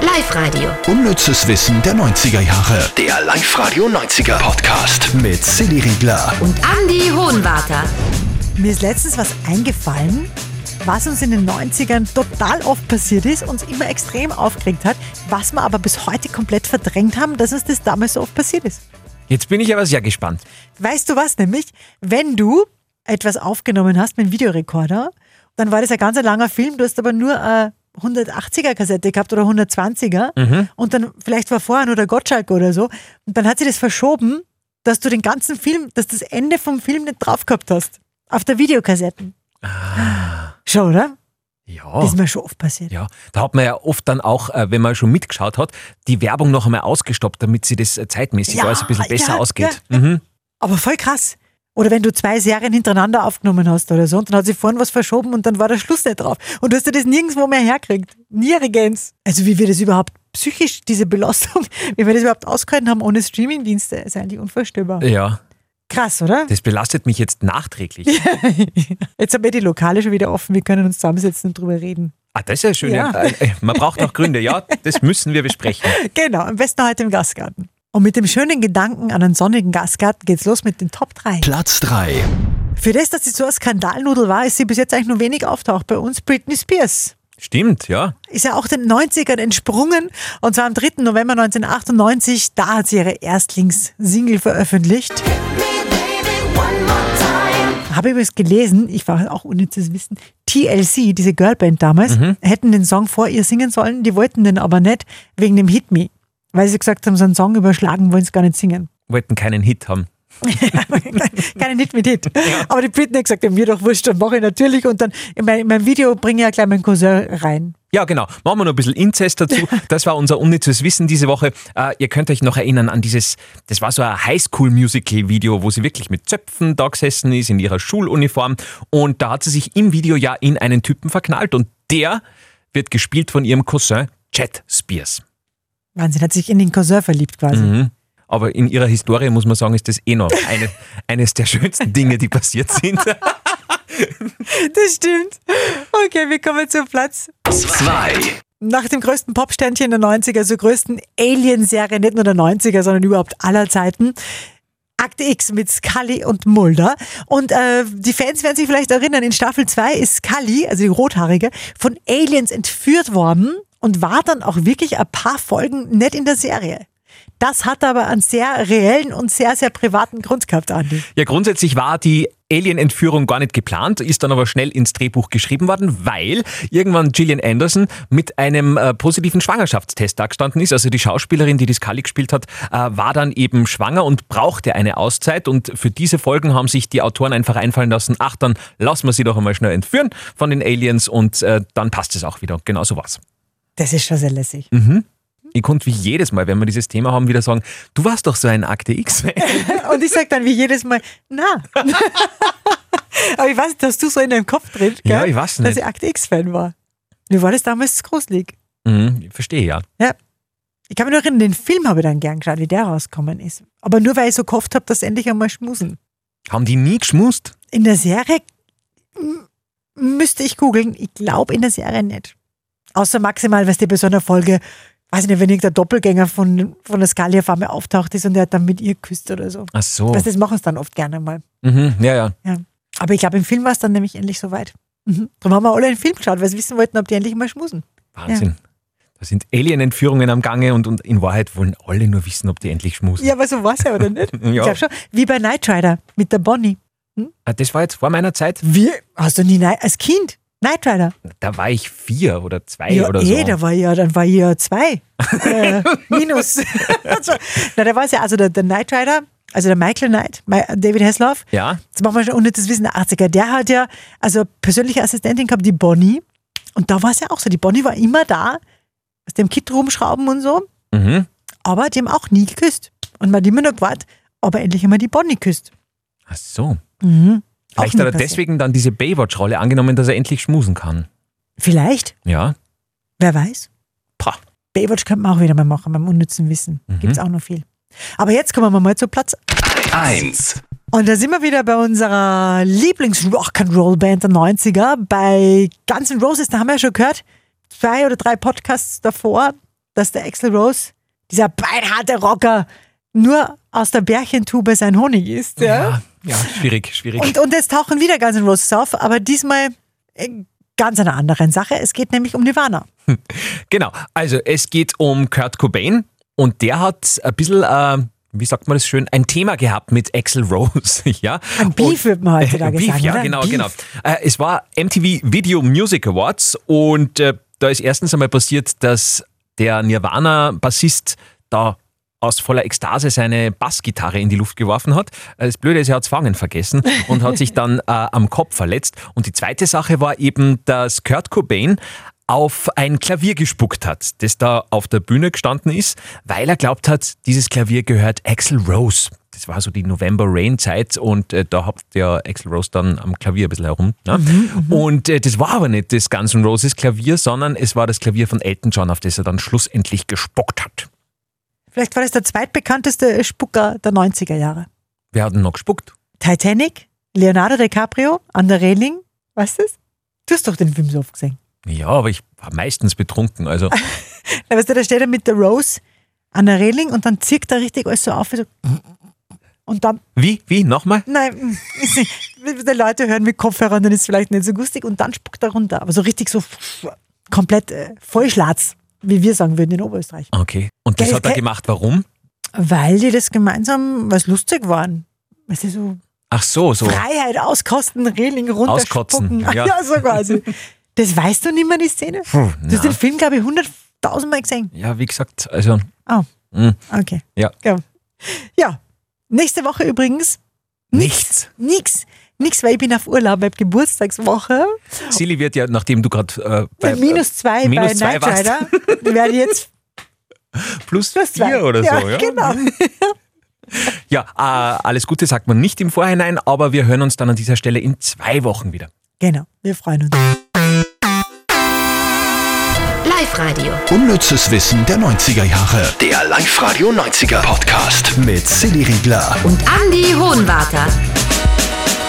Live-Radio. Unnützes Wissen der 90er Jahre. Der Live-Radio 90er Podcast mit Silly Riegler Und Andi Hohenwarter. Mir ist letztens was eingefallen, was uns in den 90ern total oft passiert ist, uns immer extrem aufgeregt hat, was wir aber bis heute komplett verdrängt haben, dass uns das damals so oft passiert ist. Jetzt bin ich aber sehr gespannt. Weißt du was nämlich? Wenn du etwas aufgenommen hast mit einem Videorekorder, dann war das ein ganz langer Film, du hast aber nur eine 180er-Kassette gehabt oder 120er und dann vielleicht war vorher nur der Gottschalk oder so und dann hat sich das verschoben, dass du den ganzen Film, dass das Ende vom Film nicht drauf gehabt hast. Auf der Videokassette. Schon, oder? Ja. Das ist mir schon oft passiert. Ja, da hat man ja oft dann auch, wenn man schon mitgeschaut hat, die Werbung noch einmal ausgestoppt, damit sie das zeitmäßig alles ein bisschen besser ausgeht. Ja. Aber voll krass. Oder wenn du 2 Serien hintereinander aufgenommen hast oder so und dann hat sich vorhin was verschoben und dann war der Schluss nicht drauf. Und du hast dir das nirgendwo mehr herkriegt. Nirgends. Also wie wir das überhaupt psychisch, diese Belastung, wie wir das überhaupt ausgehalten haben ohne Streamingdienste, ist eigentlich unvorstellbar. Ja. Krass, oder? Das belastet mich jetzt nachträglich. Jetzt haben wir die Lokale schon wieder offen, wir können uns zusammensetzen und drüber reden. Ah, das ist ja schön. Ja. Man braucht auch Gründe. Ja, das müssen wir besprechen. Genau, am besten heute im Gastgarten. Und mit dem schönen Gedanken an einen sonnigen Gastgarten geht's los mit den Top 3. Platz 3. Für das, dass sie so eine Skandalnudel war, ist sie bis jetzt eigentlich nur wenig auftaucht. Bei uns Britney Spears. Stimmt, ja. Ist ja auch den 90ern entsprungen. Und zwar am 3. November 1998. Da hat sie ihre Erstlingssingle veröffentlicht. Habe übrigens gelesen, ich war auch unnützes Wissen, TLC, diese Girlband damals, hätten den Song vor ihr singen sollen, die wollten den aber nicht wegen dem Hit Me. Weil sie gesagt haben, so einen Song überschlagen, wollen sie gar nicht singen. Wollten keinen Hit haben. Keinen Hit mit Hit. Ja. Aber die Britney hat gesagt, mir doch wurscht, dann mache ich natürlich und dann in meinem Video bringe ich ja gleich meinen Cousin rein. Ja, genau. Machen wir noch ein bisschen Inzest dazu. Das war unser unnützes Wissen diese Woche. Ihr könnt euch noch erinnern an das war so ein Highschool-Musical-Video, wo sie wirklich mit Zöpfen da gesessen ist, in ihrer Schuluniform. Und da hat sie sich im Video ja in einen Typen verknallt. Und der wird gespielt von ihrem Cousin Chet Spears. Wahnsinn, hat sich in den Cousin verliebt quasi. Aber in ihrer Historie, muss man sagen, ist das noch eines der schönsten Dinge, die passiert sind. Das stimmt. Okay, wir kommen zu Platz 2. Nach dem größten Popsternchen der 90er, zur größten Alien-Serie, nicht nur der 90er, sondern überhaupt aller Zeiten. Akte X mit Scully und Mulder. Und die Fans werden sich vielleicht erinnern, in Staffel 2 ist Scully, also die Rothaarige, von Aliens entführt worden und war dann auch wirklich ein paar Folgen nicht in der Serie. Das hat aber einen sehr reellen und sehr, sehr privaten Grund gehabt, Andi. Ja, grundsätzlich war die Alien-Entführung gar nicht geplant, ist dann aber schnell ins Drehbuch geschrieben worden, weil irgendwann Gillian Anderson mit einem positiven Schwangerschaftstest dagestanden ist. Also die Schauspielerin, die die Scully gespielt hat, war dann eben schwanger und brauchte eine Auszeit. Und für diese Folgen haben sich die Autoren einfach einfallen lassen, ach, dann lassen wir sie doch einmal schnell entführen von den Aliens und dann passt es auch wieder. Genau so war's. Das ist schon sehr lässig. Ich konnte wie jedes Mal, wenn wir dieses Thema haben, wieder sagen, du warst doch so ein Akte X-Fan. Und ich sage dann wie jedes Mal, na. Aber ich weiß nicht, dass du so in deinem Kopf drin, gell? Ja, ich weiß nicht. Dass ich Akte X-Fan war. Mir war das damals gruselig. Ich verstehe, ja. Ja. Ich kann mich noch erinnern, den Film habe ich dann gern geschaut, wie der rausgekommen ist. Aber nur, weil ich so gehofft habe, dass endlich einmal schmusen. Haben die nie geschmust? In der Serie müsste ich googeln. Ich glaube in der Serie nicht. Außer maximal, weißt du, bei so einer Folge, weiß ich nicht, wenn irgendein Doppelgänger von der Scully auf einmal auftaucht ist und der hat dann mit ihr geküsst oder so. Ach so. Das machen sie dann oft gerne mal. Ja. Ja. Aber ich glaube, im Film war es dann nämlich endlich soweit. Darum haben wir alle einen Film geschaut, weil sie wissen wollten, ob die endlich mal schmusen. Wahnsinn. Ja. Da sind Alien-Entführungen am Gange und in Wahrheit wollen alle nur wissen, ob die endlich schmusen. Ja, aber so war es ja, oder nicht? Ja. Ich glaube schon. Wie bei Knight Rider mit der Bonnie. Das war jetzt vor meiner Zeit. Wie? Hast du nie als Kind Knight Rider? Da war ich 4 oder 2 ja, oder so. Dann war ich ja 2. Minus. Also, da war es ja, also der Knight Rider, also der Michael Knight, David Hasselhoff. Ja. Das machen wir schon unnützes Wissen der 80er. Der hat ja also persönliche Assistentin gehabt, die Bonnie. Und da war es ja auch so. Die Bonnie war immer da, aus dem Kit rumschrauben und so. Aber die haben auch nie geküsst. Und man hat immer nur gewartet, ob er endlich einmal die Bonnie küsst. Ach so. Vielleicht hat er deswegen dann diese Baywatch-Rolle angenommen, dass er endlich schmusen kann. Vielleicht. Ja. Wer weiß. Pah. Baywatch könnte man auch wieder mal machen, beim unnützen Wissen. Gibt es auch noch viel. Aber jetzt kommen wir mal zu Platz 1. Und da sind wir wieder bei unserer Lieblings-Rock'n'Roll-Band der 90er, bei Guns N' Roses. Da haben wir ja schon gehört, 2 oder 3 Podcasts davor. dass der Axl Rose, dieser beinharte Rocker, nur aus der Bärchentube sein Honig isst. Ja, schwierig. Und jetzt tauchen wieder Guns N' Roses auf, aber diesmal ganz einer anderen Sache. Es geht nämlich um Nirvana. Genau, also es geht um Kurt Cobain und der hat ein bisschen, wie sagt man das schön, ein Thema gehabt mit Axl Rose. Ja? Ein Beef wird man heutzutage sagen, ja, oder? Genau. Beef. Es war MTV Video Music Awards und da ist erstens einmal passiert, dass der Nirvana-Bassist da aus voller Ekstase seine Bassgitarre in die Luft geworfen hat. Das Blöde ist, er hat das Fangen vergessen und hat sich dann am Kopf verletzt. Und die zweite Sache war eben, dass Kurt Cobain auf ein Klavier gespuckt hat, das da auf der Bühne gestanden ist, weil er glaubt hat, dieses Klavier gehört Axl Rose. Das war so die November Rain Zeit und da hat der Axl Rose dann am Klavier ein bisschen herum. Ne? Und das war aber nicht das Guns N' Roses Klavier, sondern es war das Klavier von Elton John, auf das er dann schlussendlich gespuckt hat. Vielleicht war das der zweitbekannteste Spucker der 90er Jahre. Wer hat denn noch gespuckt? Titanic, Leonardo DiCaprio, an der Reling, weißt du das? Du hast doch den Film so oft gesehen. Ja, aber ich war meistens betrunken, also... Weißt du, da steht er mit der Rose an der Reling und dann zirkt er richtig alles so auf. So. Und dann... Wie? Nochmal? Nein, die Leute hören mit Kopfhörern, dann ist es vielleicht nicht so gustig und dann spuckt er runter. Aber so richtig so komplett vollschlatz, wie wir sagen würden in Oberösterreich. Okay. Und das hat er gemacht, warum? Weil die das gemeinsam, was lustig waren. Weißt du, so... Ach so. Freiheit auskosten, Reling runterspucken. Auskotzen, ja. Ja, so quasi. Das weißt du nicht mehr, die Szene? Du hast den Film, glaube ich, 100.000 Mal gesehen. Ja, wie gesagt, also... Oh, okay. Ja. Ja, nächste Woche übrigens Nix, weil ich bin auf Urlaub, bei Geburtstagswoche. Silly wird ja, nachdem du gerade bei -2 bei Knight Rider, werde jetzt plus 4 oder ja, so. Ja, genau. Ja, alles Gute sagt man nicht im Vorhinein, aber wir hören uns dann an dieser Stelle in 2 Wochen wieder. Genau, wir freuen uns. Live-Radio. Unnützes Wissen der 90er Jahre. Der Live-Radio 90er Podcast mit Silly Riegler Und Andi Hohenwarter.